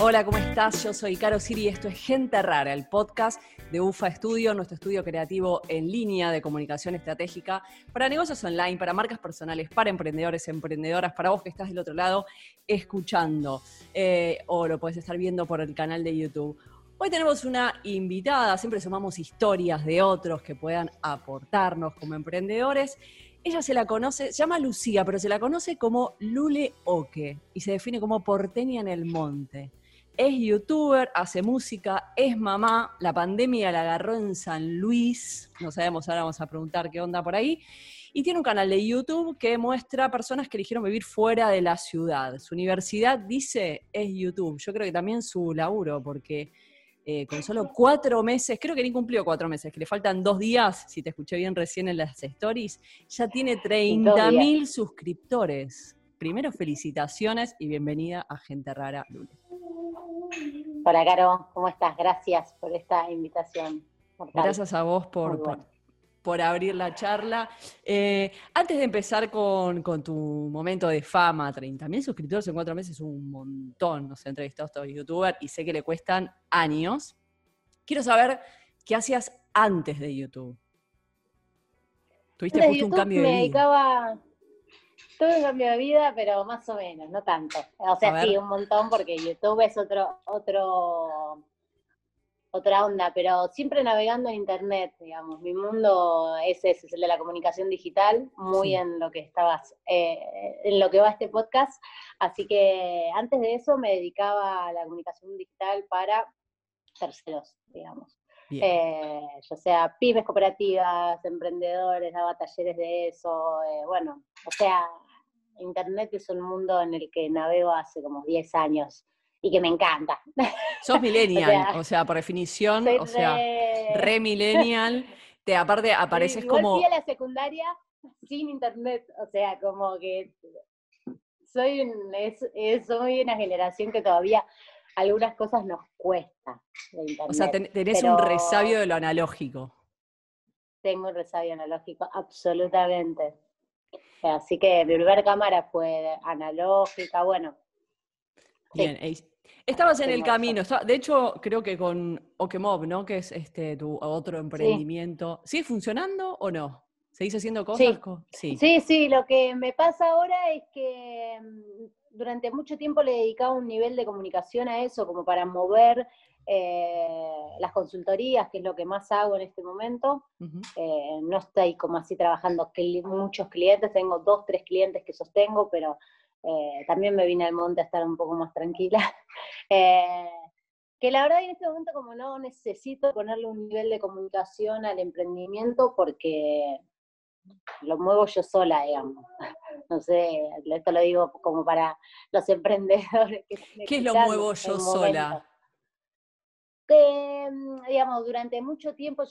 Hola, ¿cómo estás? Yo soy Caro Siri y esto es Gente Rara, el podcast de UFA Estudio, nuestro estudio creativo en línea de comunicación estratégica para negocios online, para marcas personales, para emprendedores, emprendedoras, para vos que estás del otro lado escuchando o lo podés estar viendo por el canal de YouTube. Hoy tenemos una invitada, siempre sumamos historias de otros que puedan aportarnos como emprendedores. Ella se la conoce, se llama Lucía, pero se la conoce como Lule Oque y se define como porteña en el monte. Es youtuber, hace música, es mamá, la pandemia la agarró en San Luis, no sabemos, ahora vamos a preguntar qué onda por ahí, y tiene un canal de YouTube que muestra personas que eligieron vivir fuera de la ciudad. Su universidad, dice, es YouTube. Yo creo que también su laburo, porque con solo 4 meses, creo que ni cumplió 4 meses, que le faltan 2 días, si te escuché bien recién en las stories, ya tiene 30.000 suscriptores. Primero, felicitaciones y bienvenida a Gente Rara, Lule. Hola, Caro, ¿cómo estás? Gracias por esta invitación. Gracias a vos por abrir la charla. Antes de empezar con tu momento de fama, 30.000 suscriptores en 4 meses es un montón. Nos he entrevistado a estos youtubers y sé que le cuestan años. Quiero saber qué hacías antes de YouTube. Tuviste Antes de justo un YouTube cambio de me vida. dedicaba, tuve un cambio de vida, pero más o menos, no tanto. O sea, sí, un montón, porque YouTube es otra onda, pero siempre navegando en internet, digamos. Mi mundo es ese, es el de la comunicación digital, muy sí. En lo que en lo que va este podcast. Así que antes de eso me dedicaba a la comunicación digital para terceros, digamos. Ya sea pymes, cooperativas, emprendedores, daba talleres de eso, bueno, o sea, internet es un mundo en el que navego hace como 10 años y que me encanta. Sos millennial, o sea, por definición, o sea, re millennial, aparte apareces igual como... fui a la secundaria sin internet, o sea, como que soy una generación que todavía algunas cosas nos cuesta de internet. O sea, tenés un resabio de lo analógico. Tengo un resabio analógico, absolutamente. Así que mi primera cámara fue analógica, bueno. Bien, sí. Estabas en el camino. De hecho, creo que con Okemob, ¿no? Que es tu otro emprendimiento. Sí. ¿Sigue funcionando o no? ¿Seguís haciendo cosas? Sí, lo que me pasa ahora es que durante mucho tiempo le dedicaba un nivel de comunicación a eso, como para mover las consultorías, que es lo que más hago en este momento. Uh-huh. No estoy como así trabajando muchos clientes, tengo 2, 3 clientes que sostengo, pero también me vine al monte a estar un poco más tranquila. Que la verdad en este momento como no necesito ponerle un nivel de comunicación al emprendimiento porque lo muevo yo sola, digamos. No sé, esto lo digo como para los emprendedores que están ¿Qué es lo muevo yo sola? Que, digamos, durante mucho tiempo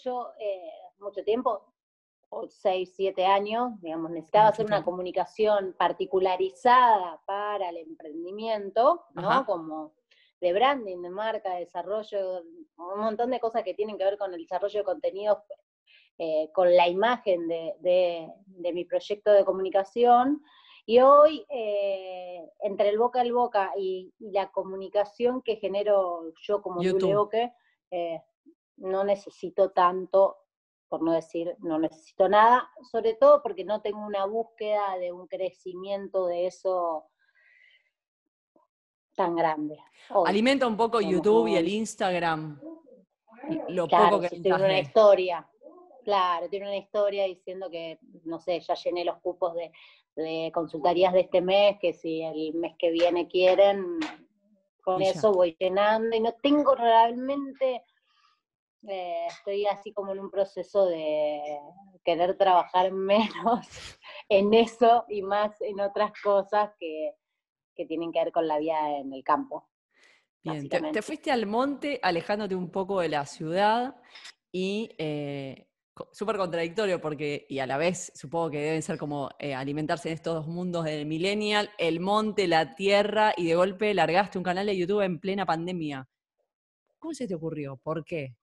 6, 7 años, digamos, necesitaba hacer una comunicación particularizada para el emprendimiento, ¿no? Ajá. Como de branding, de marca, de desarrollo, un montón de cosas que tienen que ver con el desarrollo de contenidos, con la imagen de mi proyecto de comunicación. Y hoy, entre el boca al boca y la comunicación que genero yo como Lule Oque, no necesito tanto, por no decir no necesito nada, sobre todo porque no tengo una búsqueda de un crecimiento de eso tan grande. Hoy, alimenta un poco YouTube y el Instagram, lo claro, poco que si tiene una historia. Claro, tiene una historia diciendo que, no sé, ya llené los cupos de consultorías de este mes, que si el mes que viene quieren, con eso voy llenando y no tengo realmente, estoy así como en un proceso de querer trabajar menos en eso y más en otras cosas que tienen que ver con la vida en el campo. Bien, te fuiste al monte alejándote un poco de la ciudad y súper contradictorio porque, y a la vez supongo que deben ser como alimentarse en estos dos mundos del millennial, el monte, la tierra, y de golpe largaste un canal de YouTube en plena pandemia. ¿Cómo se te ocurrió? ¿Por qué?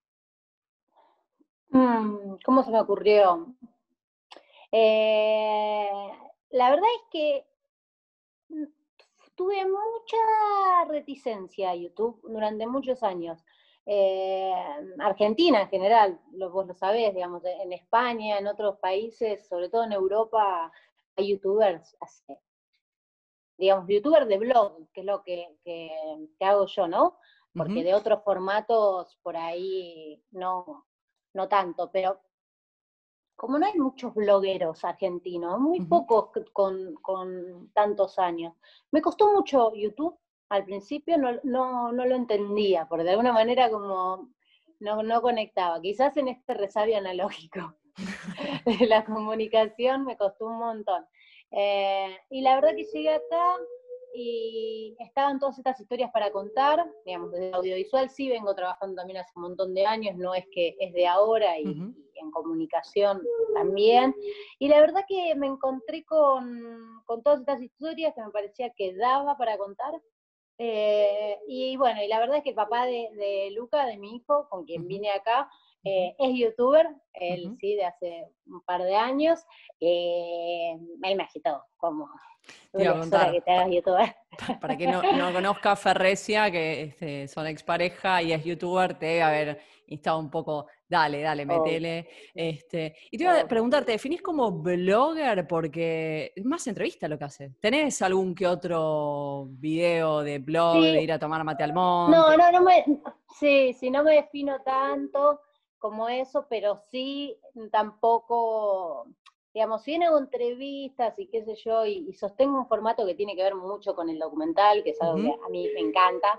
¿Cómo se me ocurrió? La verdad es que tuve mucha reticencia a YouTube durante muchos años. Argentina en general, vos lo sabés, digamos, en España, en otros países, sobre todo en Europa, hay youtubers, digamos, youtubers de blog, que es lo que hago yo, ¿no? Porque de otros formatos por ahí no tanto, pero como no hay muchos blogueros argentinos, muy pocos con tantos años, me costó mucho YouTube. Al principio no lo entendía, porque de alguna manera como no conectaba. Quizás en este resabio analógico de la comunicación me costó un montón. Y la verdad que llegué acá y estaban todas estas historias para contar, digamos, desde audiovisual sí vengo trabajando también hace un montón de años, no es que es de ahora, y en comunicación también. Y la verdad que me encontré con todas estas historias que me parecía que daba para contar. Y bueno, y la verdad es que el papá de Luca, de mi hijo, con quien vine acá, es youtuber, él sí, de hace un par de años. Él me agitó, como, te iba a es hora que preguntar, te hagas youtuber. para quien no conozca a Ferresia, que son expareja y es youtuber, te debe haber instado un poco, dale, metele. Y te iba a preguntar, ¿te definís como blogger? Porque es más entrevista lo que hace. ¿Tenés algún que otro video de blog, de Sí, ir a tomar mate al monte? sí, no me defino tanto como eso, pero sí tampoco, digamos, si bien hago entrevistas y qué sé yo, y sostengo un formato que tiene que ver mucho con el documental, que es algo que a mí me encanta,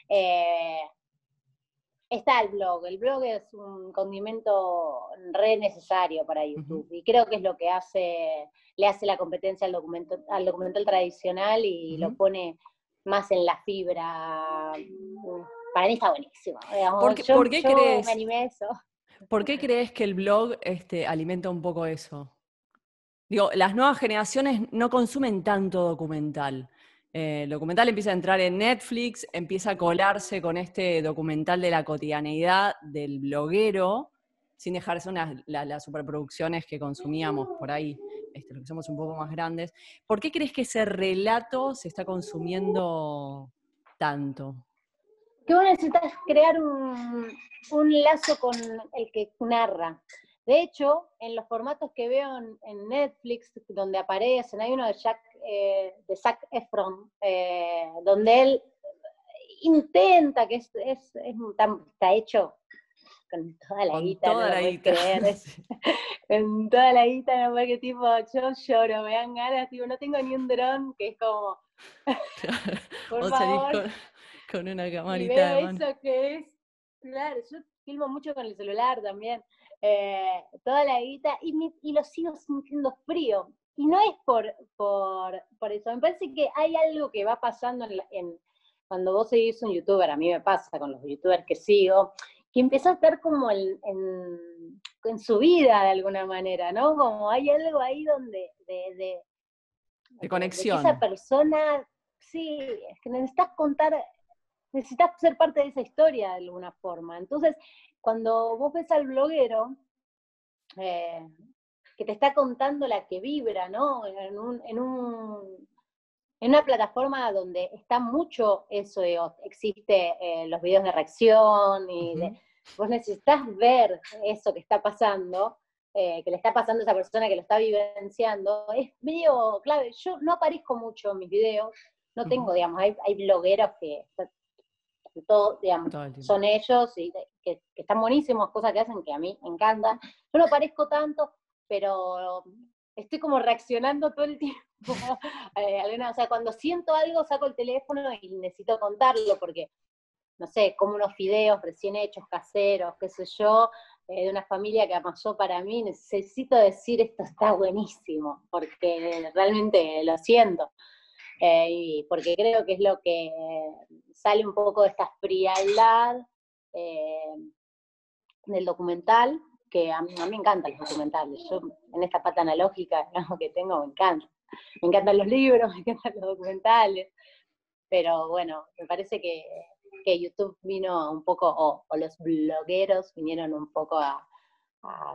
está el blog es un condimento re necesario para YouTube, y creo que es lo que le hace la competencia al documental tradicional y lo pone más en la fibra. Para mí está buenísimo. ¿Por Digamos, qué, yo, por qué yo me crees, animé a eso. por qué crees que el blog alimenta un poco eso? Digo, las nuevas generaciones no consumen tanto documental. El documental empieza a entrar en Netflix, empieza a colarse con este documental de la cotidianeidad del bloguero, sin dejarse las superproducciones que consumíamos por ahí, los que somos un poco más grandes. ¿Por qué crees que ese relato se está consumiendo tanto? Que vos necesitas crear un lazo con el que narra. De hecho, en los formatos que veo en Netflix, donde aparecen, hay uno de Zac Efron, donde él intenta, que está hecho con toda la Con guita, no toda lo la puedes guita. creer, Sí. con toda la guita, no, porque tipo, yo lloro, me dan ganas, tipo, no tengo ni un dron, que es como, Claro. por Vos salís favor, con una y camarita veo de mano. eso que es, claro, yo filmo mucho con el celular también, toda la guita, y lo sigo sintiendo frío. Y no es por eso, me parece que hay algo que va pasando cuando vos seguís un youtuber, a mí me pasa con los youtubers que sigo, que empieza a estar como en su vida de alguna manera, ¿no? Como hay algo ahí donde, De de que esa conexión. persona, sí, es que necesitas ser parte de esa historia de alguna forma. Entonces, cuando vos ves al bloguero, que te está contando la que vibra, ¿no? En una plataforma donde está mucho eso existe los videos de reacción vos necesitas ver eso que está pasando, que le está pasando a esa persona que lo está vivenciando, es medio clave. Yo no aparezco mucho en mis videos, no tengo, digamos, hay blogueros que todo, digamos, Todo el tiempo. son ellos y que están buenísimos, cosas que hacen que a mí me encantan. Yo no parezco tanto, pero estoy como reaccionando todo el tiempo. O sea, cuando siento algo saco el teléfono y necesito contarlo porque, no sé, como unos fideos recién hechos, caseros, qué sé yo, de una familia que amasó para mí, necesito decir esto está buenísimo, porque realmente lo siento. Y porque creo que es lo que sale un poco de esta frialdad del documental, que a mí me encantan los documentales. Yo en esta pata analógica, digamos, que tengo, me encanta. Me encantan los libros, me encantan los documentales, pero bueno, me parece que YouTube vino un poco, o los blogueros vinieron un poco a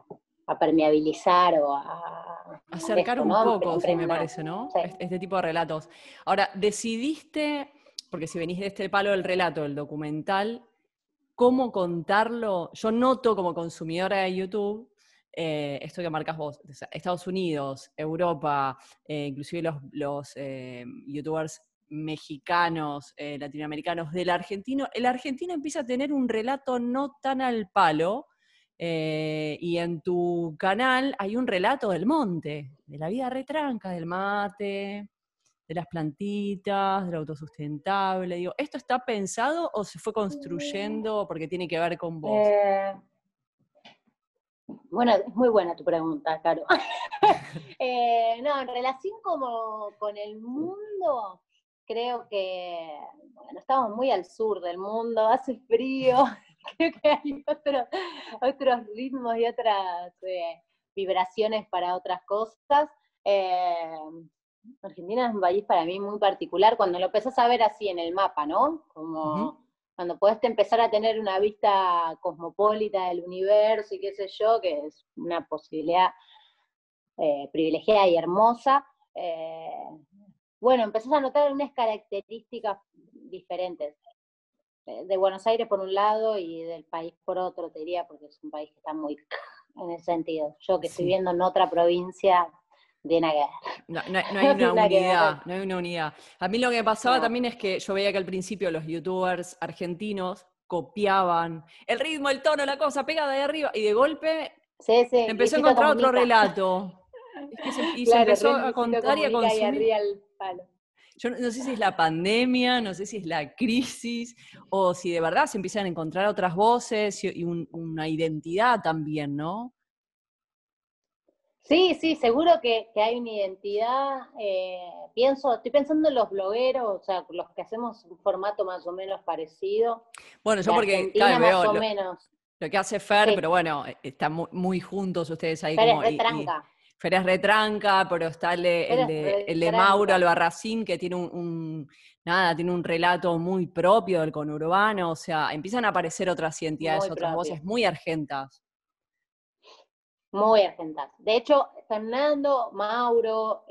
a permeabilizar o a acercar esto, un ¿no? poco, sí, me Impregnar. parece, ¿no? Sí. Este tipo de relatos. Ahora, decidiste, porque si venís de este palo del relato, del documental, cómo contarlo. Yo noto como consumidora de YouTube, esto que marcas vos, o sea, Estados Unidos, Europa, inclusive los youtubers mexicanos, latinoamericanos del argentino, el argentino empieza a tener un relato no tan al palo, y en tu canal hay un relato del monte, de la vida retranca, del mate, de las plantitas, del autosustentable. Digo, ¿esto está pensado o se fue construyendo porque tiene que ver con vos? Eh, bueno, es muy buena tu pregunta, Caro. No, en relación como con el mundo, creo que, bueno, estamos muy al sur del mundo, hace frío, creo que hay otros ritmos y otras vibraciones para otras cosas. Eh, Argentina es un país para mí muy particular, cuando lo empezás a ver así en el mapa, ¿no? Ujú. Como cuando podés empezar a tener una vista cosmopolita del universo y qué sé yo, que es una posibilidad privilegiada y hermosa, bueno, empezás a notar unas características diferentes. De Buenos Aires por un lado y del país por otro, te diría, porque es un país que está muy en ese sentido. Yo que estoy Sí. viendo en otra provincia, de nada que No hay ver. una Nada que ver. unidad, no hay una unidad. A mí lo que pasaba No. también es que yo veía que al principio los youtubers argentinos copiaban el ritmo, el tono, la cosa pegada de arriba, y de golpe Sí, se sí, empezó a Luisito encontrar otro Comunica. relato. Y se Claro, empezó re a Luisito contar y a Comunica y consumir. arriba el palo. Yo no sé si es la pandemia, no sé si es la crisis, o si de verdad se empiezan a encontrar otras voces y una identidad también, ¿no? Sí, sí, seguro que hay una identidad. Estoy pensando en los blogueros, o sea, los que hacemos un formato más o menos parecido, Bueno, de yo porque, claro, Argentina más veo o menos. lo que hace Fer, Sí, pero bueno, están muy juntos ustedes ahí Pérez como, y retranca, Fer es retranca, pero está Pérez el de Mauro retranca. Albarracín, que tiene nada, tiene un relato muy propio del conurbano, o sea, empiezan a aparecer otras identidades, Muy otras propio, voces muy argentas. muy argentas. De hecho, Fernando, Mauro,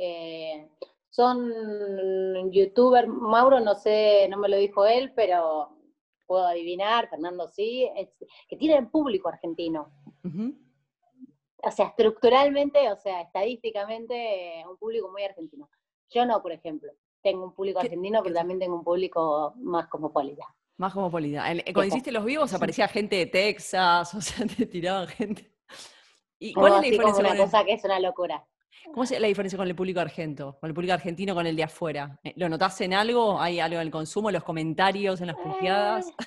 son youtubers. Mauro no sé, no me lo dijo él, pero puedo adivinar, Fernando sí, que tienen público argentino. Ujú. O sea, estructuralmente, o sea, estadísticamente, un público muy argentino. Yo no, por ejemplo. Tengo un público ¿Qué, argentino, qué pero también tengo un público más cosmopolita. Más cosmopolita. Que Cuando hiciste los vivos aparecía gente de Texas, o sea, te tiraban gente. ¿Y cuál como es la así como diferencia una cosa que es una locura. cómo es la diferencia con el público argento? Con el público argentino, con el de afuera. ¿Lo notás en algo? ¿Hay algo en el consumo, en los comentarios, en las Eh, puteadas?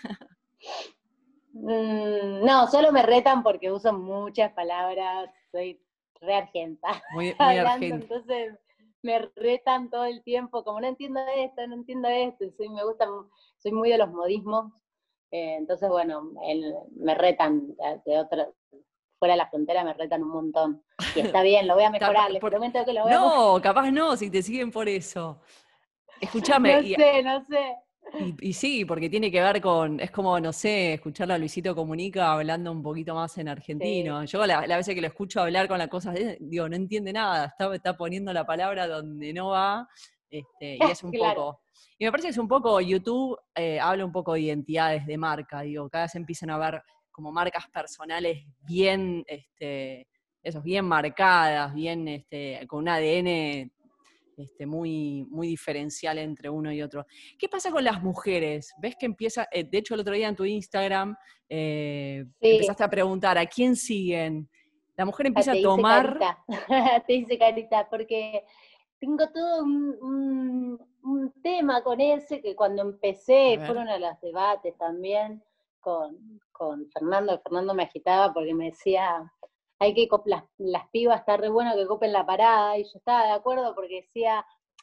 no, solo me retan porque uso muchas palabras, soy re argenta Muy hablando, argento. entonces me retan todo el tiempo, como no entiendo esto, no entiendo esto, y soy muy de los modismos, entonces bueno, me retan de otra, fuera de la frontera me retan un montón, y está bien, lo voy a mejorar, les prometo que lo voy a mejorar. No, capaz no, si te siguen por eso. Escúchame, No sé, no sé. y sí, porque tiene que ver con, es como, no sé, escucharlo a Luisito Comunica hablando un poquito más en Sí, argentino. Yo la veces que lo escucho hablar con las cosas, digo, no entiende nada, está poniendo la palabra donde no va, y es un claro. poco, y me parece que es un poco, YouTube habla un poco de identidades de marca, digo, cada vez empiezan a ver como marcas personales bien, esos, bien marcadas, bien, con un ADN muy diferencial entre uno y otro. ¿Qué pasa con las mujeres? ¿Ves que empieza, de hecho el otro día en tu Instagram Sí, empezaste a preguntar a quién siguen? La mujer empieza te a hice tomar, carita, te hice carita, porque tengo todo un tema con ese que cuando a empecé, ver, fueron a los debates también con Fernando. Fernando me agitaba porque me decía, hay que las pibas, está re bueno que copen la parada, y yo estaba de acuerdo porque decía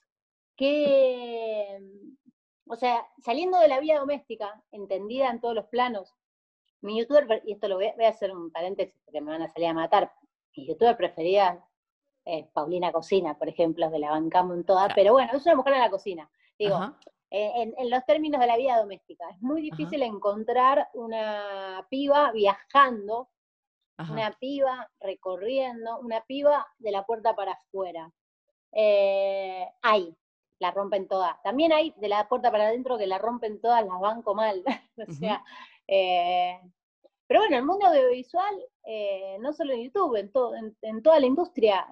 que, o sea, saliendo de la vida doméstica, entendida en todos los planos, mi youtuber, y esto voy a hacer un paréntesis porque me van a salir a matar, mi youtuber preferida Paulina Cocina, por ejemplo, que la bancamos en toda, claro, pero bueno, es una mujer en la cocina. Digo, ajá, en los términos de la vida doméstica, es muy ajá, difícil encontrar una piba viajando Ajá. una piba recorriendo, una piba de la puerta para afuera. Hay, la rompen todas. También hay de la puerta para adentro que la rompen todas, las banco mal. O sea, pero bueno, el mundo audiovisual, no solo en YouTube, en toda la industria,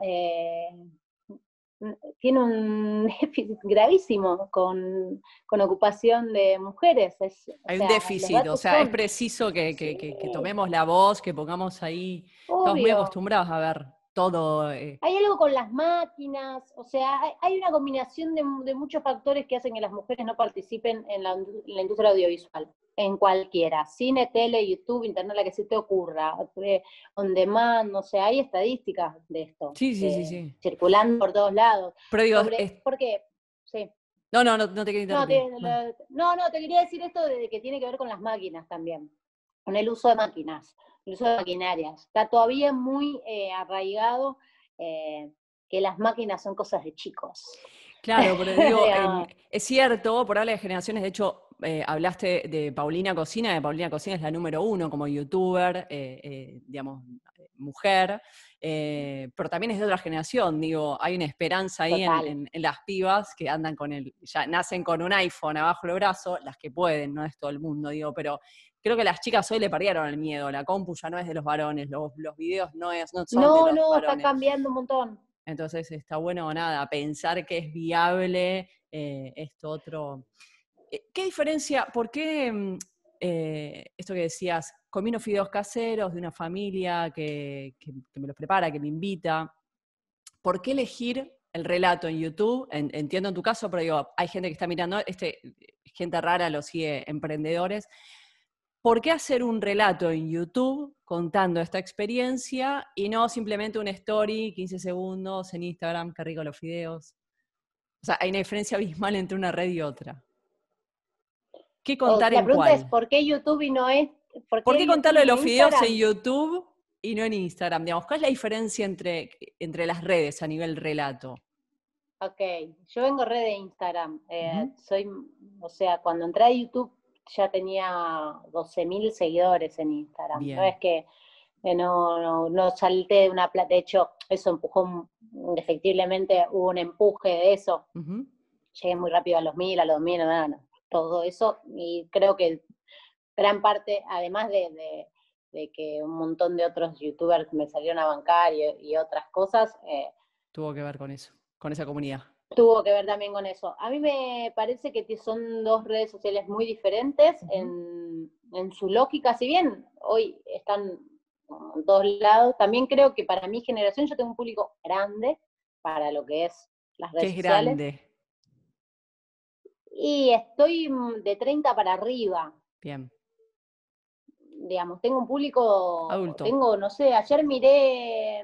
tiene un déficit gravísimo con ocupación de mujeres. O Hay un sea, los déficit, o datos sea, es son, preciso que sí, tomemos la voz, que pongamos ahí. Estamos muy obvio. acostumbrados a ver todo. Hay algo con las máquinas, o sea, hay una combinación de muchos factores que hacen que las mujeres no participen en la industria audiovisual, en cualquiera, cine, tele, YouTube, internet, la que se te ocurra, on demand, o sea, hay estadísticas de esto, Sí, sí, sí, sí. circulando por todos lados, Pero digo, porque, sí, no te quiero interrumpir. Bueno. te quería decir esto de que tiene que ver con las máquinas también, con el uso de máquinas, el uso de maquinarias. Está todavía muy arraigado que las máquinas son cosas de chicos. Claro, pero digo, es cierto, por hablar de generaciones, de hecho, hablaste de Paulina Cocina, de Paulina Cocina es la número 1 como youtuber, digamos, mujer, pero también es de otra generación, digo, hay una esperanza ahí Total. en las pibas que andan ya nacen con un iPhone abajo del brazo, las que pueden, no es todo el mundo, digo, pero creo que las chicas hoy le perdieron el miedo, la compu ya no es de los varones, los videos no son de los No, está varones. cambiando un montón. Entonces está bueno, nada, pensar que es viable esto otro. ¿Qué diferencia, por qué esto que decías, comí unos fideos caseros de una familia que me los prepara, que me invita? ¿Por qué elegir el relato en YouTube? Entiendo en tu caso, pero digo, hay gente que está mirando, gente rara lo sigue, emprendedores. ¿Por qué hacer un relato en YouTube contando esta experiencia y no simplemente una story, 15 segundos en Instagram, qué rico los fideos? O sea, hay una diferencia abismal entre una red y otra. ¿Qué contar La en pregunta es, cuál? ¿por qué YouTube y no es, por ¿Por qué qué contar YouTube lo y de no los fideos en Instagram? YouTube y no en Instagram? Digamos, ¿cuál es la diferencia entre las redes a nivel relato? Ok, yo vengo red de Instagram. Ujú. O sea, cuando entré a YouTube ya tenía 12.000 seguidores en Instagram. No Bien. es que no salté de una plata. De hecho, eso empujó, indefectiblemente hubo un empuje de eso. Ujú. Llegué muy rápido a los 1.000, a los 2.000, todo eso. Y creo que gran parte, además de que un montón de otros youtubers me salieron a bancar y otras cosas, Tuvo que ver con eso, con esa comunidad. tuvo que ver también con eso. A mí me parece que son dos redes sociales muy diferentes Ujú. en su lógica, si bien hoy están en todos lados, también creo que para mi generación yo tengo un público grande para lo que es las Que redes es sociales, grande. y estoy de 30 para arriba, Bien. digamos, tengo un público, Adulto. no sé, ayer miré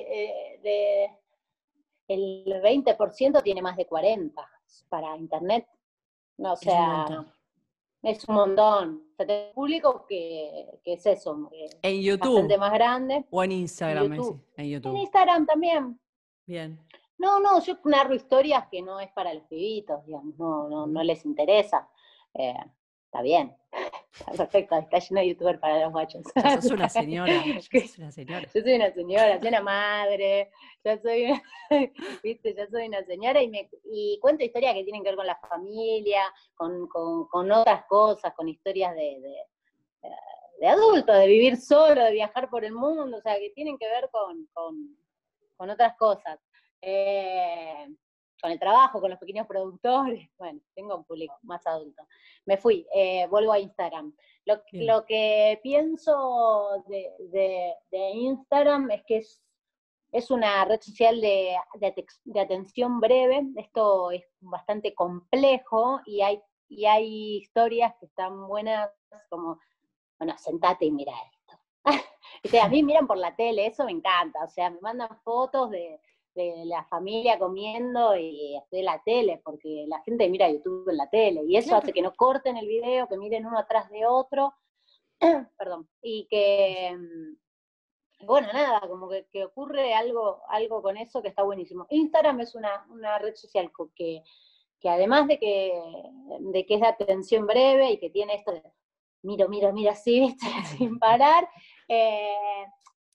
el 20% tiene más de 40 para internet, no, o Es un montón. sea, es un montón. O sea, tengo un público que es eso, En bastante YouTube más grande, o en en Instagram, me decís. YouTube. En En YouTube. Instagram también. Bien. No, yo narro historias que no es para los pibitos, digamos, no Ujú. les interesa. Eh, Está bien, está perfecto, está lleno de youtubers para los guachos. Ya sos una señora, ya sos una señora. Yo soy una señora, soy una madre, ya soy, viste, ya soy una señora y cuento historias que tienen que ver con la familia, con otras cosas, con historias de adultos, de vivir solo, de viajar por el mundo, o sea, que tienen que ver con otras cosas. Eh, con el trabajo, con los pequeños productores, bueno, tengo un público más adulto. Me fui, vuelvo a Instagram. Bien. Lo que pienso de Instagram es que es una red social de atención breve. Esto es bastante complejo y hay historias que están buenas, como, bueno, sentate y mira esto. Viste, a mí miran por la tele, eso me encanta, o sea, me mandan fotos de la familia comiendo y de la tele, porque la gente mira YouTube en la tele, y eso Claro. hace que no corten el video, que miren uno atrás de otro, perdón, y que, bueno, nada, como que ocurre algo con eso que está buenísimo. Instagram es una red social que además de que es de atención breve y que tiene esto de miro, así, ¿viste? Sin parar, eh,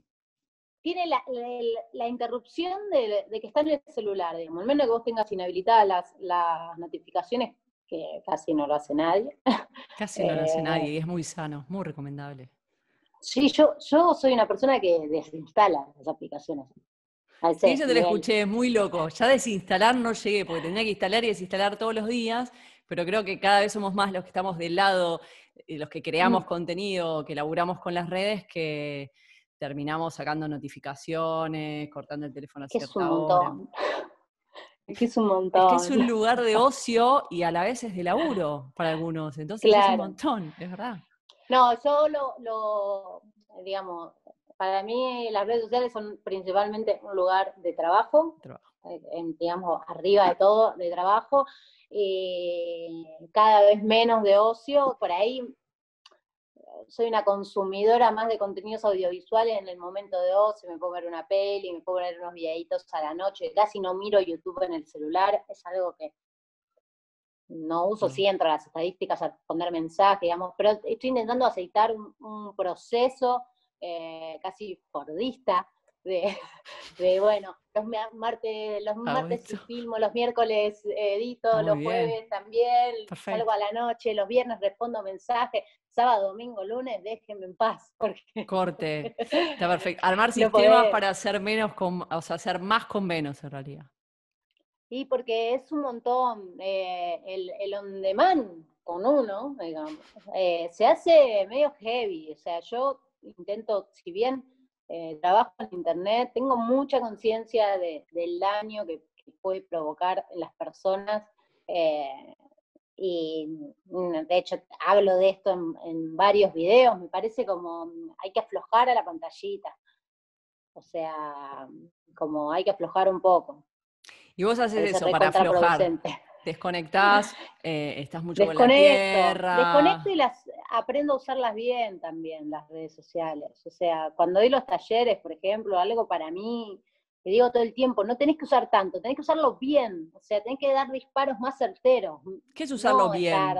tiene la interrupción de que está en el celular, digamos, al menos que vos tengas inhabilitadas las notificaciones, que casi no lo hace nadie. Casi no lo hace nadie y es muy sano, muy recomendable. Sí, yo soy una persona que desinstala las aplicaciones. Sí, yo te lo escuché, es muy loco. Ya desinstalar no llegué, porque tenía que instalar y desinstalar todos los días, pero creo que cada vez somos más los que estamos del lado, los que creamos contenido, que laburamos con las redes, que terminamos sacando notificaciones, cortando el teléfono a que es cierta un hora. montón. Es que es un montón. Es que es un lugar de ocio y a la vez es de laburo para algunos, entonces claro. es un montón, es verdad. No, yo digamos, para mí las redes sociales son principalmente un lugar de trabajo. Digamos, arriba de todo, de trabajo, cada vez menos de ocio. Por ahí soy una consumidora más de contenidos audiovisuales en el momento de ocio, me puedo ver una peli, me puedo ver unos videitos a la noche, casi no miro YouTube en el celular, es algo que no uso, sí entro a las estadísticas a responder mensajes, digamos, pero estoy intentando aceitar un proceso casi fordista de bueno, los martes sí filmo, los miércoles edito, los jueves también, salgo a la noche, los viernes respondo mensajes, sábado, domingo, lunes, déjenme en paz. Porque corte, está perfecto. Armar sistemas para hacer hacer más con menos en realidad. Y porque es un montón, el on demand con uno, digamos, se hace medio heavy, o sea, yo intento, si bien trabajo en internet, tengo mucha conciencia del daño que puede provocar en las personas, y de hecho hablo de esto en varios videos, me parece como hay que aflojar a la pantallita, o sea, como hay que aflojar un poco. Y vos haces eso para aflojar. Desconectás, estás mucho con la tierra. Desconecto y aprendo a usarlas bien también, las redes sociales. O sea, cuando doy los talleres, por ejemplo, algo para mí, que digo todo el tiempo, no tenés que usar tanto, tenés que usarlo bien. O sea, tenés que dar disparos más certeros. ¿Qué es usarlo bien?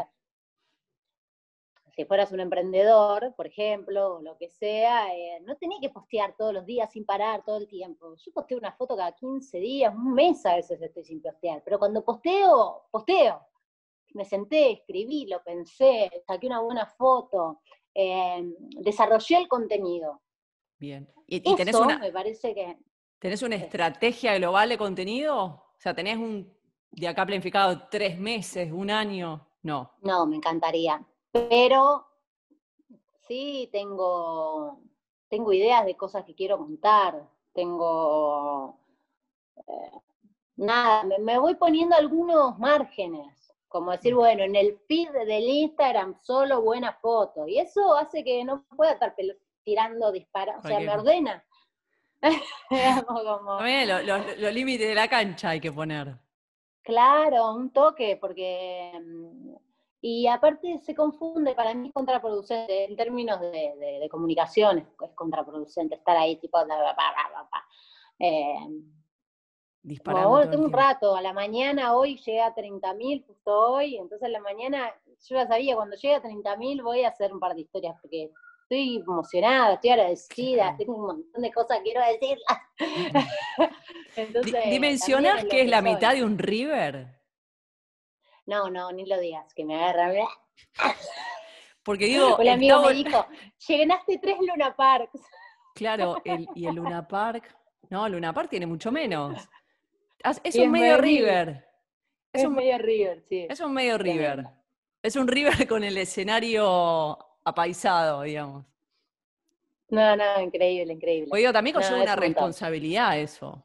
Si fueras un emprendedor, por ejemplo, o lo que sea, no tenés que postear todos los días sin parar todo el tiempo. Yo posteo una foto cada 15 días, un mes a veces estoy sin postear, pero cuando posteo. Me senté, escribí, lo pensé, saqué una buena foto, desarrollé el contenido. Bien. ¿Y eso me parece que... ¿Tenés una estrategia global de contenido? O sea, ¿tenés de acá planificado 3 meses, 1 año? No. No, me encantaría. Pero sí tengo ideas de cosas que quiero contar. Nada, me voy poniendo algunos márgenes. Como decir, bueno, en el feed del Instagram solo buenas fotos. Y eso hace que no pueda estar tirando disparos. O sea, me ordena. Como... Los límites de la cancha hay que poner. Claro, un toque, porque... Y aparte se confunde, para mí es contraproducente, en términos de comunicación es contraproducente estar ahí tipo... disparando bueno, tengo un rato, a la mañana hoy llegué a 30.000, justo hoy, entonces a la mañana yo ya sabía, cuando llegue a 30.000 voy a hacer un par de historias, porque estoy emocionada, estoy agradecida, tengo un montón de cosas que quiero decirlas. Entonces, ¿dimensionás que es la mitad de un river? No, ni lo digas, que me agarra. Porque digo... Un amigo me dijo, llenaste 3 Luna Parks. Claro, y el Luna Park... No, el Luna Park tiene mucho menos. Es un medio river. Es un medio river, sí. Es un medio river. Es un river con el escenario apaisado, digamos. No, increíble. Pues digo, también conlleva una responsabilidad eso.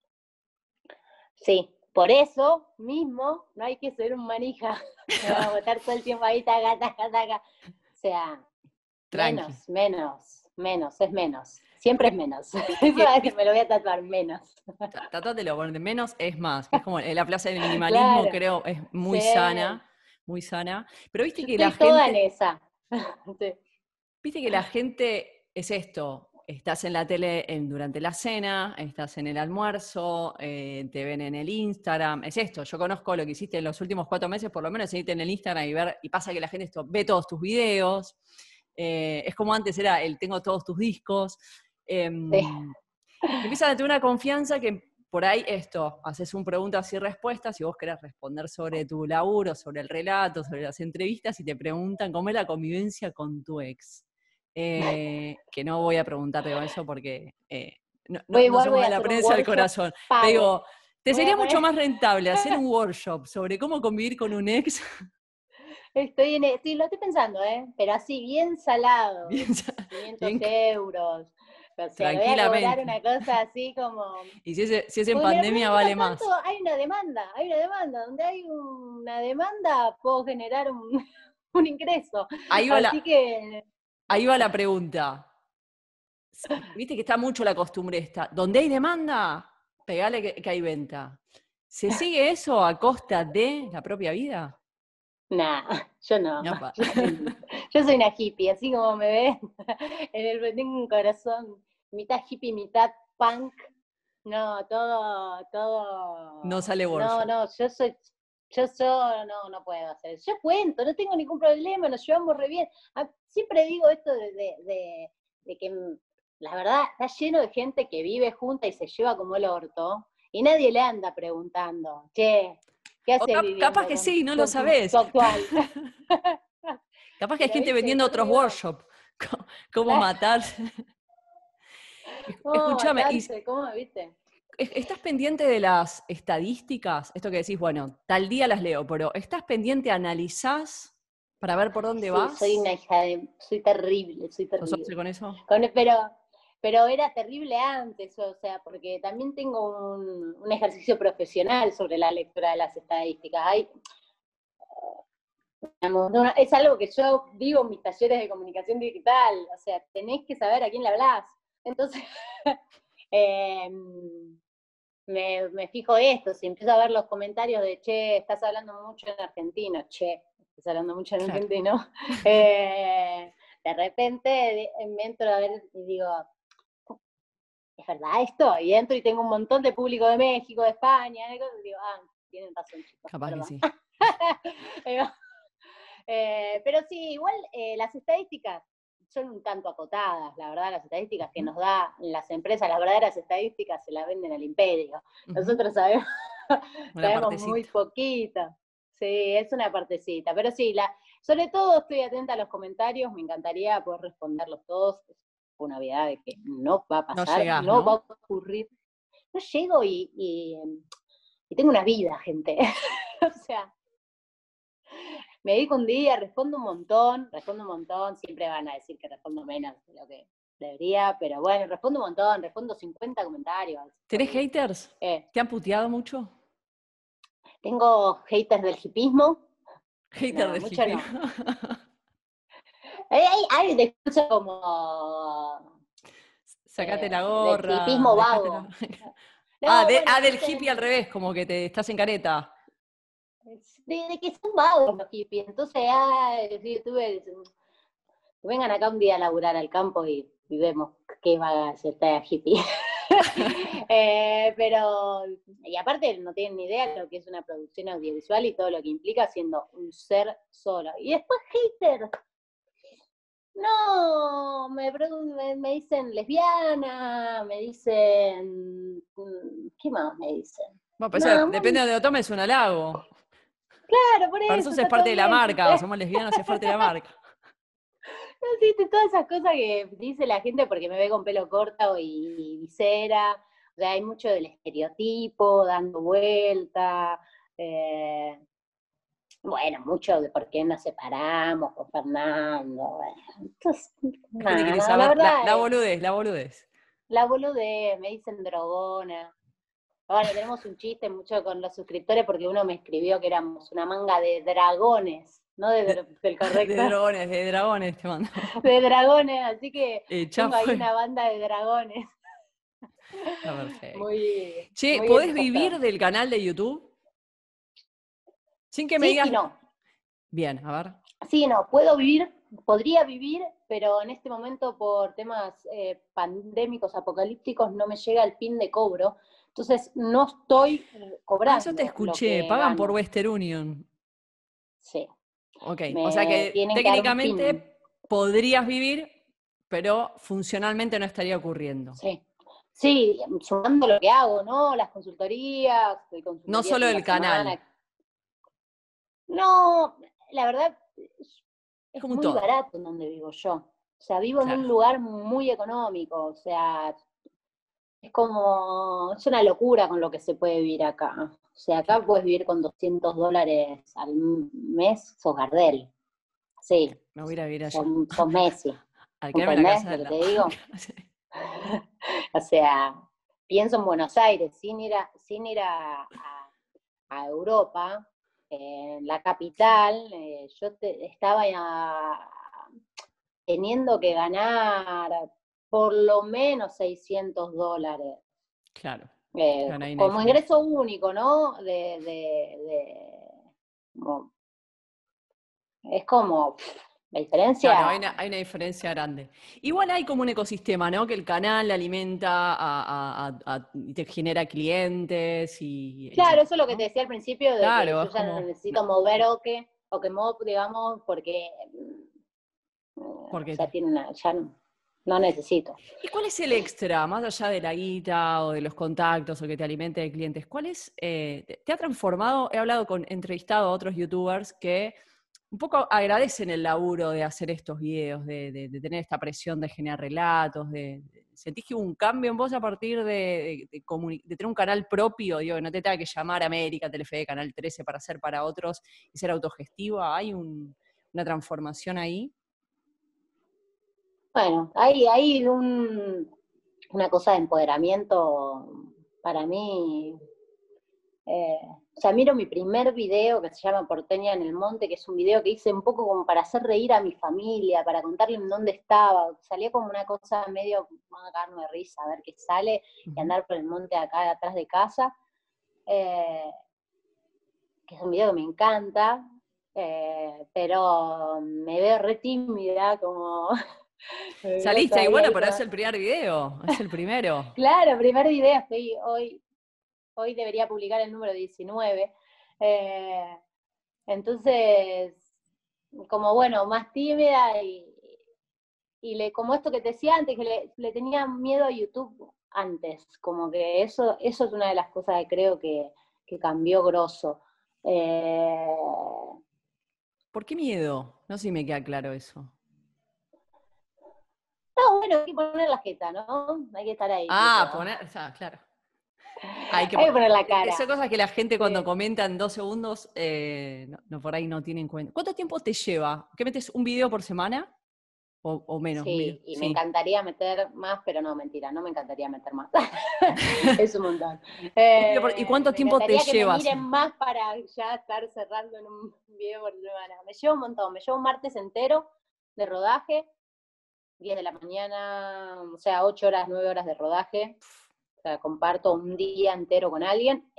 Sí, por eso mismo no hay que ser un manija. Me va a botar todo el tiempo ahí, taca. O sea, tranqui. Menos, es menos. Siempre es menos. Eso me lo voy a tatuar, menos. Tatátelo, porque menos es más. Que es como la plaza del minimalismo, creo, es muy sana. Muy sana. Pero viste que la gente... toda en esa. Sí. Viste que la gente es esto. Estás en la tele durante la cena, estás en el almuerzo, te ven en el Instagram. Es esto, yo conozco lo que hiciste en los últimos 4 meses, por lo menos seguirte en el Instagram y pasa que la gente ve todos tus videos. Es como antes era el tengo todos tus discos. Sí. Empiezan a tener una confianza que por ahí haces un preguntas y respuestas, y vos querés responder sobre tu laburo, sobre el relato, sobre las entrevistas, y te preguntan cómo es la convivencia con tu ex. Que no voy a preguntarte con eso porque no Igual somos voy a de la hacer un prensa del workshop corazón. Te pago. digo, te Voy a sería mucho poner... más rentable hacer un workshop sobre cómo convivir con un ex. Sí, lo estoy pensando, pero así, bien salado, Bien, 500 bien, euros. O sea, le voy a cobrar tranquilamente. una cosa así como... Y si es en Porque mira, pandemia, vale mientras tanto más. hay una demanda. Donde hay una demanda puedo generar un, un ingreso. Ahí va Así que... ahí va la pregunta. Viste que está mucho la costumbre esta. Donde hay demanda, pegale que hay venta. ¿Se sigue eso a costa de la propia vida? Nah, yo no. Ñapa. Yo soy una hippie, así como me ven. Tengo un corazón mitad hippie, mitad punk. No, No sale no, workshop. no, yo no puedo hacer eso. Yo cuento, no tengo ningún problema, nos llevamos re bien. Siempre digo esto de que la verdad está lleno de gente que vive junta y se lleva como el orto, y nadie le anda preguntando, che, ¿qué O haces capaz viviendo que sí, no lo con sabés. tu actual? Capaz que hay Pero gente viste, vendiendo yo otros digo, workshops. Cómo claro, matar. ¿cómo Escúchame, ¿y matarse? ¿Cómo, viste? estás pendiente de las estadísticas? Esto que decís, bueno, tal día las leo, pero ¿estás pendiente, analizás para ver por dónde Sí, soy vas? una hija de... Soy terrible, soy ¿Sos 11 terrible. con eso? Pero era terrible antes, o sea, porque también tengo un ejercicio profesional sobre la lectura de las estadísticas. Digamos, es algo que yo digo en mis talleres de comunicación digital, o sea, tenés que saber a quién le hablás. Entonces, eh, me fijo esto, si empiezo a ver los comentarios de, che, estás hablando mucho en argentino, che, estás hablando mucho en Claro. argentino, de repente me entro a ver y digo, ¿es verdad esto? Y entro y tengo un montón de público de México, de España, y digo, tienen razón, chicos, Capaz que perdón. sí. Pero sí, igual las estadísticas son un tanto acotadas, la verdad, las estadísticas que nos da las empresas, las verdaderas estadísticas se las venden al imperio. Nosotros sabemos, Una sabemos muy partecita. poquito. Sí, es una partecita, pero sí, sobre todo estoy atenta a los comentarios, me encantaría poder responderlos todos. Es una obviedad de que no va a No pasar, llegás, no va ¿no? a ocurrir. No llego y tengo una vida, gente. O sea, me dedico un día, respondo un montón, siempre van a decir que respondo menos de lo que debería, pero bueno, respondo un montón, respondo 50 comentarios por ¿Tenés día. haters? ¿Te han puteado mucho? Tengo haters del hipismo, Hater no, del mucho hippie. no. Hay discursos como Sacate la del gorra, hipismo dejate vago. la... No, bueno, Del hippie al dicen revés, como que te estás en careta. de que son vagos los hippies, entonces, sí, vengan acá un día a laburar al campo y vemos qué va a hacer esta hippie. Y aparte no tienen ni idea de lo que es una producción audiovisual y todo lo que implica siendo un ser solo. Y después haters, no, me dicen lesbiana, me dicen, ¿qué más me dicen? Bueno, pues No, depende de donde lo tomes, es un halago. claro, por Para eso, eso es está parte todo de la bien. marca, o somos lesbianas, es parte de la marca. No, sí, todas esas cosas que dice la gente porque me ve con pelo corto y visera. O sea, hay mucho del estereotipo dando vuelta. eh, bueno, mucho de por qué nos separamos con Fernando. Bueno, entonces, La gente quiere no, la saber verdad, la boludez, la boludez. la boludez, me dicen drogona. Bueno, tenemos un chiste mucho con los suscriptores porque uno me escribió que éramos una manga de dragones, no del correcto, De dragones te mando. de dragones, así que Ya tengo ahí fue. una banda de dragones. Está perfecto. Muy, Che, muy ¿podés vivir entusiasmado. del canal de YouTube? Sin que me Sí y digas. no. Bien, a ver. Sí y no. Puedo vivir, podría vivir, pero en este momento por temas pandémicos, apocalípticos, no me llega el PIN de cobro. Entonces no estoy Eso te cobrando lo escuché. que Pagan por gano. Western Union. Sí. Ok. O sea Me que tienen que dar un PIN. técnicamente podrías vivir, pero funcionalmente no estaría ocurriendo. Sí. Sí, sumando lo que hago, ¿no? Las consultorías, doy No consultorías solo en la el canal, semana. No, la verdad, es es como un muy todo. barato en donde vivo yo. O sea, vivo en Claro. un lugar muy económico, o sea, es una locura con lo que se puede vivir acá. O sea, acá Claro. puedes vivir con $200 al mes, sos Gardel. Sí, Me voy a ir a vivir allá. sos Messi. Alquilarme la ¿Entendés casa lo del que te lado. digo? Sí. O sea, pienso en Buenos Aires, sin ir a Europa, en la capital, estaba teniendo que ganar por lo menos $600, Claro. Claro, hay una como diferencia. ingreso único, ¿no? Como- es como la Claro, diferencia. hay una diferencia grande. Igual hay como un ecosistema, ¿no? Que el canal alimenta y te genera clientes Claro, eso es lo que te ¿no? decía al principio, de que Claro, yo es ya no como, necesito mover o que Mop, digamos, porque porque ya tiene ya no necesito. ¿y cuál es el extra, más allá de la guita o de los contactos o que te alimente de clientes? ¿Cuál es, te ha transformado? He entrevistado a otros youtubers que un poco agradecen el laburo de hacer estos videos, de tener esta presión de generar relatos, ¿sentís que hubo un cambio en vos a partir de tener un canal propio? Digo, que no te tenga que llamar a América, Telefe, Canal 13 para hacer para otros y ser autogestiva. ¿Hay una transformación ahí? Bueno, hay una cosa de empoderamiento para mí. O sea, miro mi primer video que se llama Porteña en el Monte, que es un video que hice un poco como para hacer reír a mi familia, para contarle en dónde estaba. Salió como una cosa medio, vamos a cagarnos de risa, a ver qué sale, y Ujú. andar por el monte acá atrás de casa. Eh, que es un video que me encanta, pero me veo re tímida, como me veo Saliste y todavía bueno, ahí pero con... es el primer video, es el primero. Claro, primer video, hoy debería publicar el número 19. Eh, entonces, como bueno, más tímida como esto que te decía antes, que le tenía miedo a YouTube antes, como que eso es una de las cosas que creo que cambió grosso. Eh, ¿Por qué miedo? No sé si me queda claro eso. no, bueno, hay que poner la jeta, ¿no? Hay que estar ahí, tipo. Claro. Hay que, Hay que poner la son cara. cosas que la gente cuando Sí. comenta en 2 segundos, por ahí no tiene en cuenta. ¿Cuánto tiempo te lleva? ¿Qué metes un video por semana? O menos, un video. Sí, y me Sí. encantaría meter más, pero no, mentira, no me encantaría meter más. Es un montón. ¿Y cuánto Me tiempo te encantaría que me llevas? miren más para ya estar cerrando en un video por semana. Me lleva un montón, me lleva un martes entero de rodaje, 10 de la mañana, o sea, 8 horas, 9 horas de rodaje. O sea, comparto un día entero con alguien.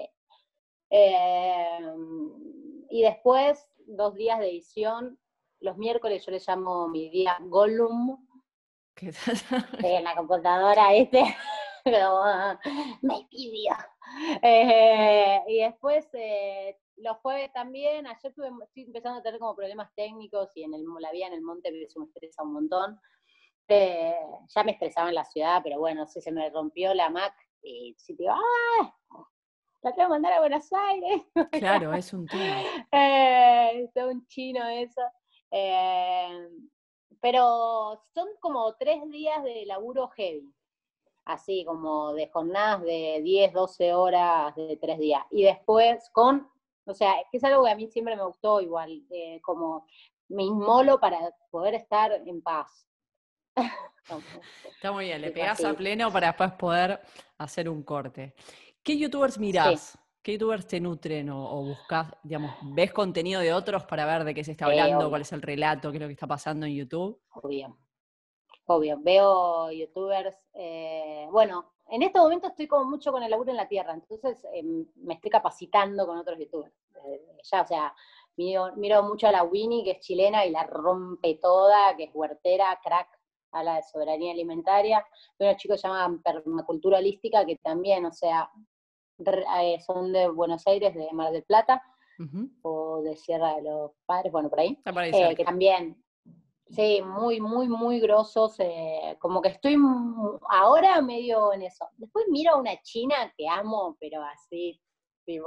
Y después, 2 días de edición. Los miércoles yo le llamo mi día Gollum, ¿Qué- en la computadora, pero me pidió. Y después, los jueves también, ayer estoy empezando a tener como problemas técnicos y la vida en el monte eso me estresa un montón. Ya me estresaba en la ciudad, pero bueno, si se me rompió la Mac, y si te digo, ¡ah! La tengo que mandar a Buenos Aires. Claro, es un tema. Todo un chino eso. Eh, pero son como 3 días de laburo heavy, así como de jornadas de 10, 12 horas de 3 días. Y después o sea, que es algo que a mí siempre me gustó igual, como me inmolo para poder estar en paz. Está muy bien, le Tipo pegás a así. pleno para después poder hacer un corte. ¿Qué youtubers Sí, mirás? ¿Qué youtubers te nutren o buscás, digamos, ves contenido de otros para ver de qué se está hablando, cuál obvio, es el relato, qué es lo que está pasando en YouTube? obvio. Obvio, veo youtubers, bueno, en este momento estoy como mucho con el laburo en la tierra, entonces me estoy capacitando con otros youtubers. Ya, o sea, miro mucho a la Winnie, que es chilena y la rompe toda, que es huertera, crack, habla de soberanía alimentaria. Hay unos chicos que se llaman Permacultura Holística, que también, o sea, son de Buenos Aires, de Mar del Plata, Ujú. o de Sierra de los Padres, bueno, por ahí, Está por ahí cerca. que también Sí, muy, muy, muy grosos. Como que estoy ahora medio en eso. Después miro a una china que amo, pero así, tipo,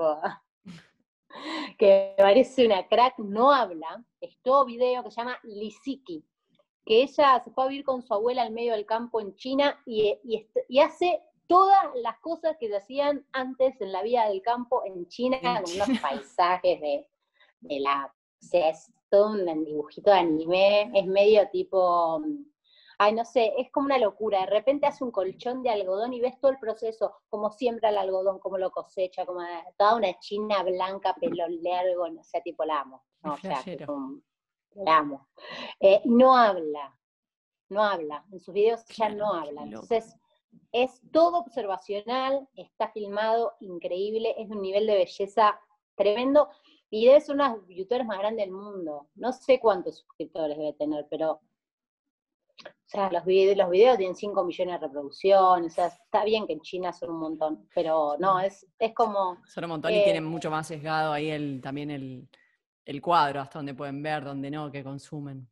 que parece una crack, no habla. Es todo video que se llama Lisiki, que ella se fue a vivir con su abuela al medio del campo en China y hace todas las cosas que se hacían antes en la vida del campo en China, En con unos China. paisajes de la... O sea, es todo un dibujito de anime, es medio tipo... Ay, no sé, es como una locura. De repente hace un colchón de algodón y ves todo el proceso, cómo siembra el algodón, cómo lo cosecha, como toda una china blanca, pelo largo, no sé, tipo la amo. Qué No, o sea, flashero. la amo. No habla, no habla, en sus videos ya Claro, no qué habla, loco. entonces es todo observacional, está filmado increíble, es de un nivel de belleza tremendo, y debe ser una de las youtubers más grandes del mundo, no sé cuántos suscriptores debe tener, pero o sea, los videos tienen 5 millones de reproducciones, o sea, está bien que en China son un montón, pero no, Sí. es como... Son un montón y eh, tienen mucho más sesgado ahí también el cuadro, hasta donde pueden ver, donde no, que consumen.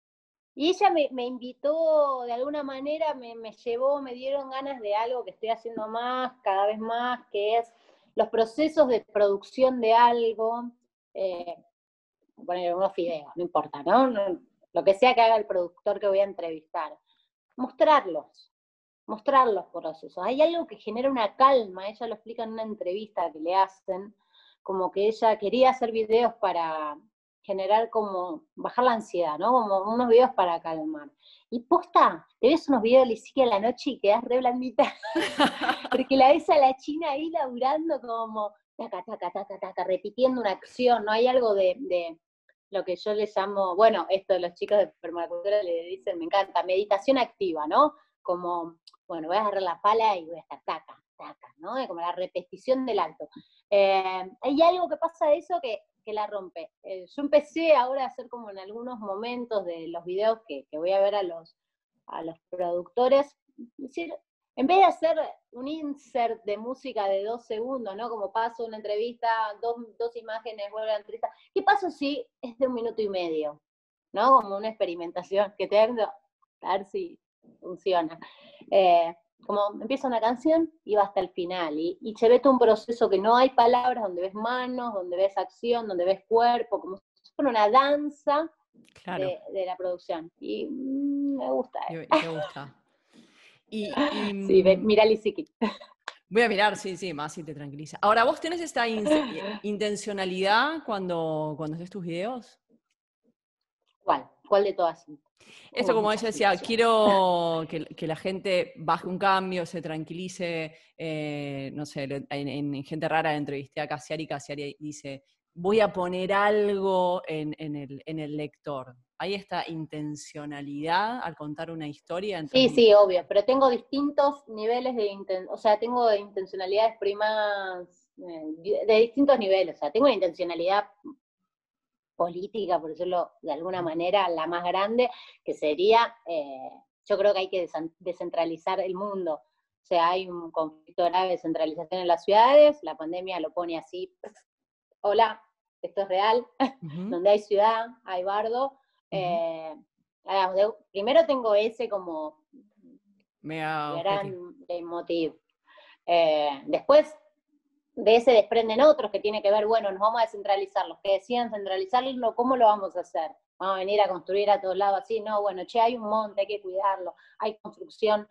Y ella me invitó, de alguna manera, me llevó, me dieron ganas de algo que estoy haciendo más, cada vez más, que es los procesos de producción de algo, eh, poner unos fideos, no importa, ¿no? Lo que sea que haga el productor que voy a entrevistar. Mostrarlos, mostrar los procesos. Hay algo que genera una calma, ella lo explica en una entrevista que le hacen, como que ella quería hacer videos para generar como, bajar la ansiedad, ¿no? Como unos videos para calmar. Y posta, te ves unos videos de Lisique a la noche y quedás re blandita, porque la ves a la china ahí laburando como taca, taca, taca, taca, repitiendo una acción, ¿no? Hay algo de lo que yo le llamo, bueno, esto los chicos de permacultura le dicen, me encanta, meditación activa, ¿no? Como, bueno, voy a agarrar la pala y voy a estar taca, taca, ¿no? Como la repetición del alto. Hay algo que pasa de eso que la rompe. Yo empecé ahora a hacer como en algunos momentos de los videos que voy a ver a los productores, decir, en vez de hacer un insert de música de 2 segundos, ¿no? Como paso una entrevista, dos imágenes, vuelve a la entrevista, ¿qué pasa si es de 1 minuto y medio? ¿No? Como una experimentación que tengo, a ver si funciona. Como empieza una canción y va hasta el final, y se ve todo un proceso que no hay palabras, donde ves manos, donde ves acción, donde ves cuerpo, como si fuera una danza Claro, de la producción. Y me gusta. y te gusta. Y, Sí, mira Lisiki. voy a mirar, sí, sí, más si te tranquiliza. Ahora, ¿vos tenés esta intencionalidad cuando haces tus videos? ¿Cuál? ¿Cuál de todas? Esto, Hubo como ella muchas decía, intenciones. quiero que la gente baje un cambio, se tranquilice. No sé, en Gente Rara entrevisté a Casiari y Casiari dice, voy a poner algo en el lector. ¿Hay esta intencionalidad al contar una historia en tus Sí, videos? sí, obvio, pero tengo distintos niveles o sea, tengo intencionalidades primas de distintos niveles, o sea, tengo una intencionalidad política, por decirlo de alguna manera, la más grande, que sería, yo creo que hay que descentralizar el mundo. O sea, hay un conflicto grave de centralización en las ciudades, la pandemia lo pone así, hola, esto es real, Ujú, donde hay ciudad, hay bardo. ujú. Primero tengo ese como Mega objetivo. gran motivo. Después de ese desprenden otros que tiene que ver, bueno, nos vamos a descentralizar, los que decían centralizarlo, ¿cómo lo vamos a hacer? Vamos a venir a construir a todos lados así, no, bueno, che, hay un monte, hay que cuidarlo, hay construcción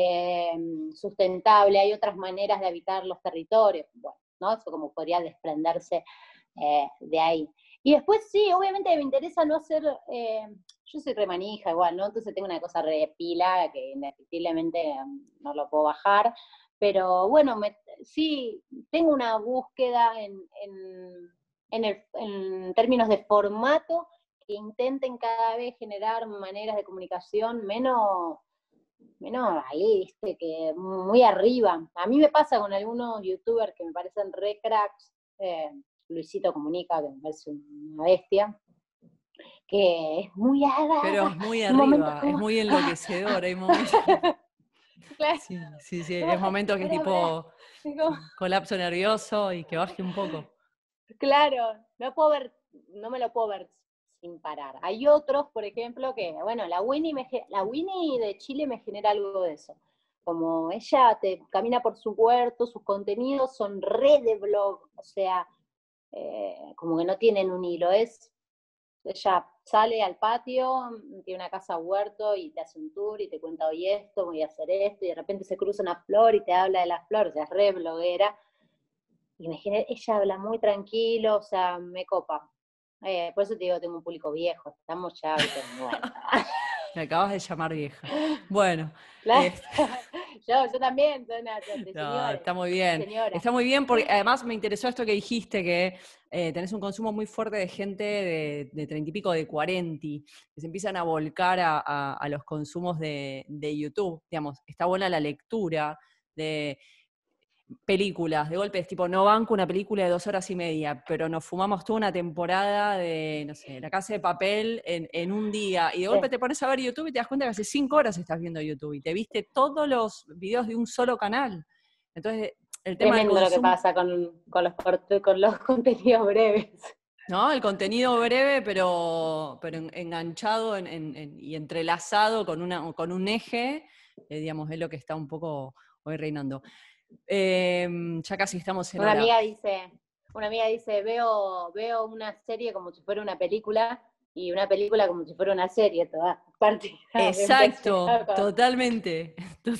sustentable, hay otras maneras de habitar los territorios, bueno, ¿no? Eso como podría desprenderse de ahí. Y después sí, obviamente me interesa no hacer, yo soy remanija igual, ¿no? Entonces tengo una cosa re pila que indefectiblemente no lo puedo bajar, pero bueno, sí, tengo una búsqueda en términos de formato que intenten cada vez generar maneras de comunicación menos ahí, viste, que muy arriba. A mí me pasa con algunos youtubers que me parecen re cracks, Luisito Comunica, que me parece una bestia, que es muy Pero es muy en momentos arriba, es como, muy enloquecedor. Hay momentos. claro, Sí, sí, sí. Es momentos que tipo digo, colapso nervioso y que baje un poco. claro, no puedo ver, no me lo puedo ver sin parar. Hay otros, por ejemplo, que, bueno, la Winnie de Chile me genera algo de eso. Como ella camina por su huerto, sus contenidos son re de blog, o sea, como que no tienen un hilo, ella sale al patio, tiene una casa huerto y te hace un tour y te cuenta hoy esto, voy a hacer esto, y de repente se cruza una flor y te habla de las flores, o sea, es re bloguera. Y ella habla muy tranquilo, o sea, me copa. Por eso te digo, tengo un público viejo, estamos ya, ¿viste? Bueno. Me acabas de llamar vieja. Bueno. Claro. Yo también soy una de No, señores. está muy bien. Señora. Está muy bien porque además me interesó esto que dijiste, que tenés un consumo muy fuerte de gente de 30 y pico, de 40, que se empiezan a volcar a los consumos de YouTube. Digamos, está buena la lectura de películas, de golpes, tipo, no banco una película de 2 horas y media, pero nos fumamos toda una temporada de, no sé, La Casa de Papel en un día, y de golpe te pones a ver YouTube y te das cuenta que hace 5 horas estás viendo YouTube, y te viste todos los videos de un solo canal. Entonces, el tema del Tremendo lo que consumo... pasa con los contenidos breves. ¿No? El contenido breve, pero enganchado y entrelazado con un eje, digamos, es lo que está un poco hoy reinando. Ya casi estamos en Una hora. amiga dice, veo una serie como si fuera una película y una película como si fuera una serie, toda partida. Exacto, totalmente.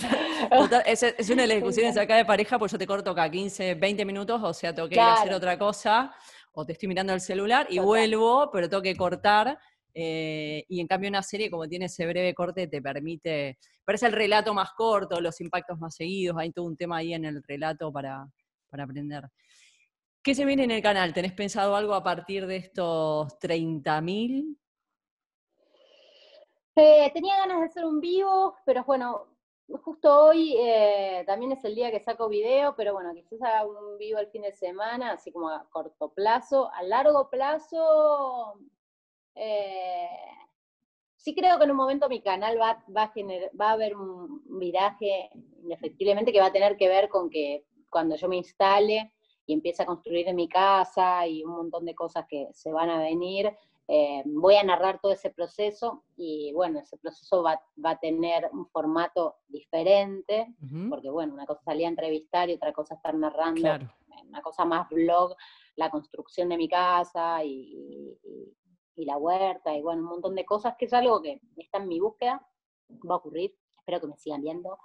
Es una de las discusiones acá de pareja, porque yo te corto cada 15, 20 minutos, o sea, tengo que ir a hacer Claro, otra cosa, o te estoy mirando el celular y total. vuelvo, pero tengo que cortar. Y en cambio una serie, como tiene ese breve corte, te permite, parece el relato más corto, los impactos más seguidos, hay todo un tema ahí en el relato para aprender. ¿Qué se viene en el canal? ¿Tenés pensado algo a partir de estos 30.000? Tenía ganas de hacer un vivo, pero bueno, justo hoy también es el día que saco video, pero bueno, quizás haga un vivo el fin de semana, así como a corto plazo. A largo plazo, eh, sí creo que en un momento mi canal va a haber un viraje, indefectiblemente, que va a tener que ver con que cuando yo me instale y empiece a construir en mi casa y un montón de cosas que se van a venir, voy a narrar todo ese proceso y bueno, ese proceso va a tener un formato diferente, porque bueno, una cosa es salir a entrevistar y otra cosa es estar narrando, claro, una cosa más blog, la construcción de mi casa y la huerta y bueno, un montón de cosas, que es algo que está en mi búsqueda, va a ocurrir, espero que me sigan viendo.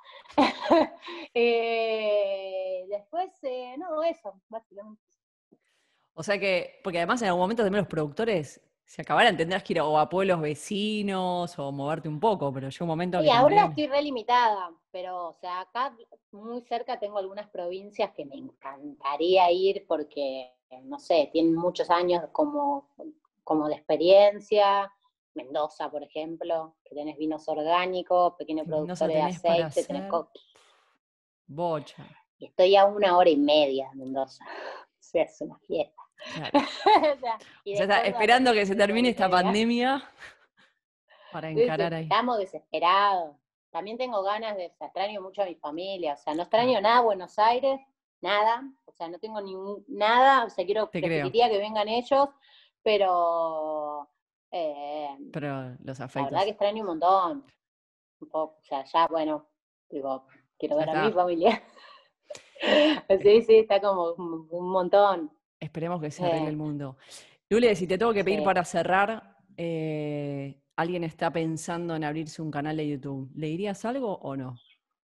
Después, no, eso, básicamente. O sea que, porque además en algún momento también los productores se acabarán, tendrás que ir o a pueblos vecinos o moverte un poco, pero llega un momento Y que ahora también... estoy relimitada, pero o sea, acá muy cerca tengo algunas provincias que me encantaría ir porque, no sé, tienen muchos años como de experiencia. Mendoza, por ejemplo, que tenés vinos orgánicos, pequeños ¿Qué Mendoza productores de tenés para aceite, tenés hacer? Bocha, y estoy a 1 hora y media de Mendoza. O sea, es una fiesta. claro. O sea, y O sea, de está Córdoba esperando también que se estoy a una hora termine y esta media. pandemia para encarar ahí. Estamos desesperados. También tengo ganas o sea, extraño mucho a mi familia. O sea, no extraño nada Buenos Aires, nada. O sea, no tengo nada. O sea, Te creo, preferiría que vengan ellos, pero pero los la verdad afectos. que extraño un montón. Un poco, o sea, ya, bueno, digo, quiero Ya ver a mi está. familia. Es- Sí, está como un montón. Esperemos que se arregle Eh, el mundo. Lule, si te tengo que pedir sí, para cerrar, alguien está pensando en abrirse un canal de YouTube. ¿Le dirías algo o no?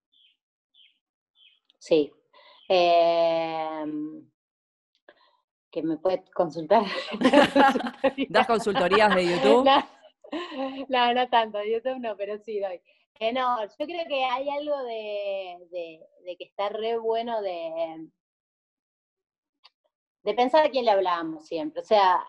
sí. Eh, que me puede consultar la ¿Das consultoría. consultorías de YouTube? No, no tanto, YouTube no, pero sí doy. No, yo creo que hay algo de que está re bueno de pensar a quién le hablamos siempre. O sea,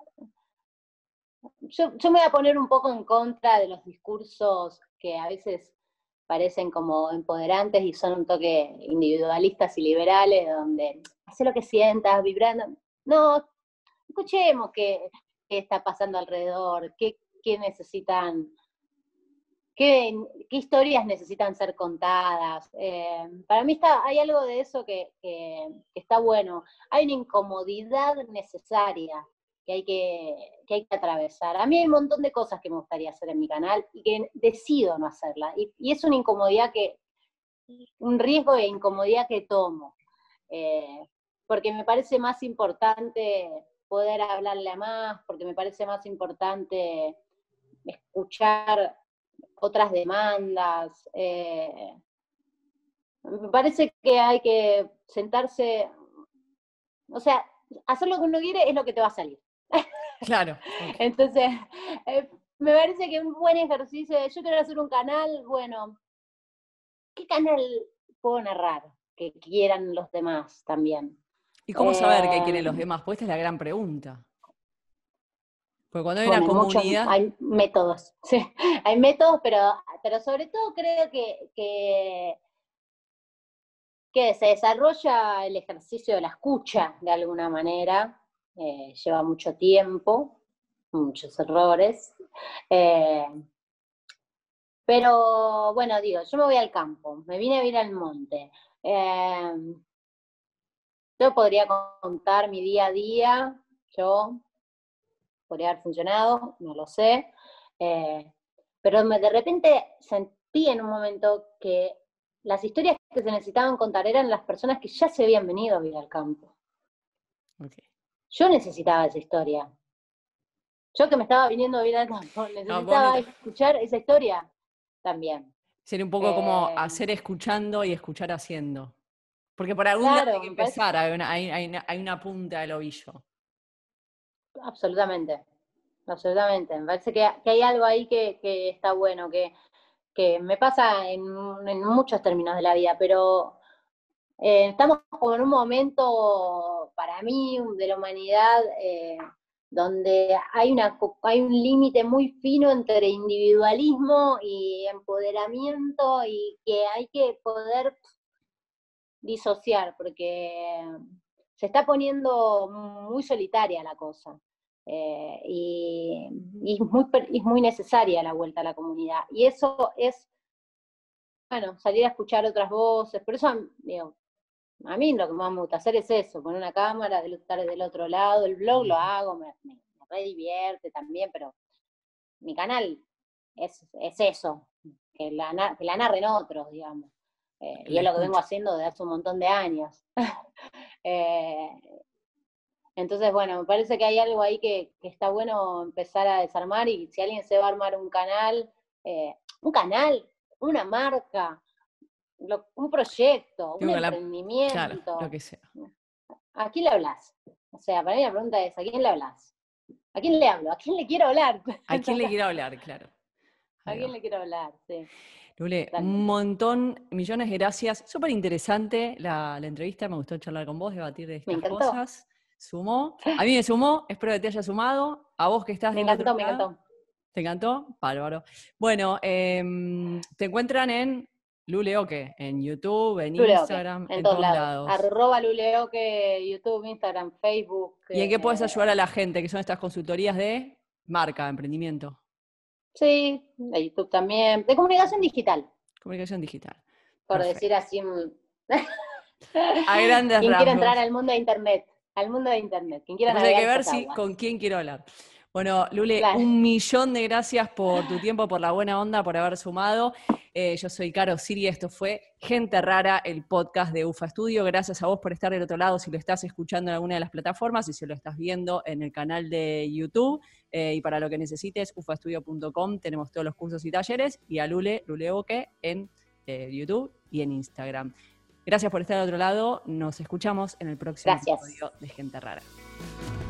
yo me voy a poner un poco en contra de los discursos que a veces parecen como empoderantes y son un toque individualistas y liberales, donde hace lo que sientas, vibrando. No, escuchemos qué está pasando alrededor, qué necesitan, qué historias necesitan ser contadas. Para mí hay algo de eso que está bueno. Hay una incomodidad necesaria hay que atravesar. A mí hay un montón de cosas que me gustaría hacer en mi canal y que decido no hacerla. Y es una incomodidad un riesgo de incomodidad que tomo. Porque me parece más importante poder hablarle a más, porque me parece más importante escuchar otras demandas. Me parece que hay que sentarse, o sea, hacer lo que uno quiere es lo que te va a salir. Claro. Okay. Entonces, me parece que un buen ejercicio de yo quiero hacer un canal, bueno, ¿qué canal puedo narrar que quieran los demás también? ¿Y cómo saber qué quieren los demás? Pues esta es la gran pregunta. Porque cuando hay Bueno, una comunidad... hay métodos, sí, hay métodos, pero sobre todo creo que se desarrolla el ejercicio de la escucha de alguna manera, lleva mucho tiempo, muchos errores, pero bueno, digo, yo me voy al campo, me vine a vivir al monte. Yo podría contar mi día a día, yo podría haber funcionado, no lo sé, pero de repente sentí en un momento que las historias que se necesitaban contar eran las personas que ya se habían venido a vivir al campo. Okay. Yo necesitaba esa historia. Yo que me estaba viniendo a vivir al campo, necesitaba escuchar esa historia también. Sería un poco como hacer escuchando y escuchar haciendo. Porque por algún lado hay que empezar, hay una punta del ovillo. Absolutamente, absolutamente. Me parece que hay algo ahí que está bueno, que me pasa en muchos términos de la vida, pero estamos como en un momento, para mí, de la humanidad, donde hay un límite muy fino entre individualismo y empoderamiento y que hay que poder disociar, porque se está poniendo muy solitaria la cosa. Y es muy necesaria la vuelta a la comunidad. Y eso es, bueno, salir a escuchar otras voces. Por eso, digo, a mí lo que más me gusta hacer es eso, poner una cámara, estar del otro lado. El blog lo hago, me re divierte también, pero mi canal es eso, que la narren otros, digamos. Y es lo que vengo haciendo desde hace un montón de años. Entonces, bueno, me parece que hay algo ahí que está bueno empezar a desarmar, y si alguien se va a armar un canal, una marca, un proyecto, un emprendimiento. Claro, lo que sea. ¿A quién le hablas? O sea, para mí la pregunta es, ¿a quién le hablas? ¿A quién le hablo? ¿A quién le quiero hablar? ¿A quién le quiero hablar? Claro. ¿A quién le quiero hablar? Sí. Lule, un montón, millones de gracias. Súper interesante la entrevista, me gustó charlar con vos, debatir de estas cosas. Sumó. A mí me sumó, espero que te haya sumado. A vos que estás del otro lado. Me encantó. ¿Te encantó? Bárbaro. Bueno, te encuentran en Luleoque, en YouTube, en Instagram, en todos lados. @Luleoque, YouTube, Instagram, Facebook. ¿Y en qué puedes ayudar a la gente? Que son estas consultorías de marca, emprendimiento. Sí, de YouTube también, de comunicación digital. Comunicación digital. Por decir así. A grandes rasgos. Quien quiera entrar al mundo de Internet. Quien quiera navegar. Hay que ver con quién quiero hablar. Bueno, Lule, un millón de gracias por tu tiempo, por la buena onda, por haber sumado. Yo soy Caro Siri, esto fue Gente Rara, el podcast de UFA Studio. Gracias a vos por estar del otro lado, si lo estás escuchando en alguna de las plataformas y si lo estás viendo en el canal de YouTube. Y para lo que necesites, ufastudio.com, tenemos todos los cursos y talleres. Y a Luleoque, en YouTube y en Instagram. Gracias por estar del otro lado. Nos escuchamos en el próximo episodio de Gente Rara.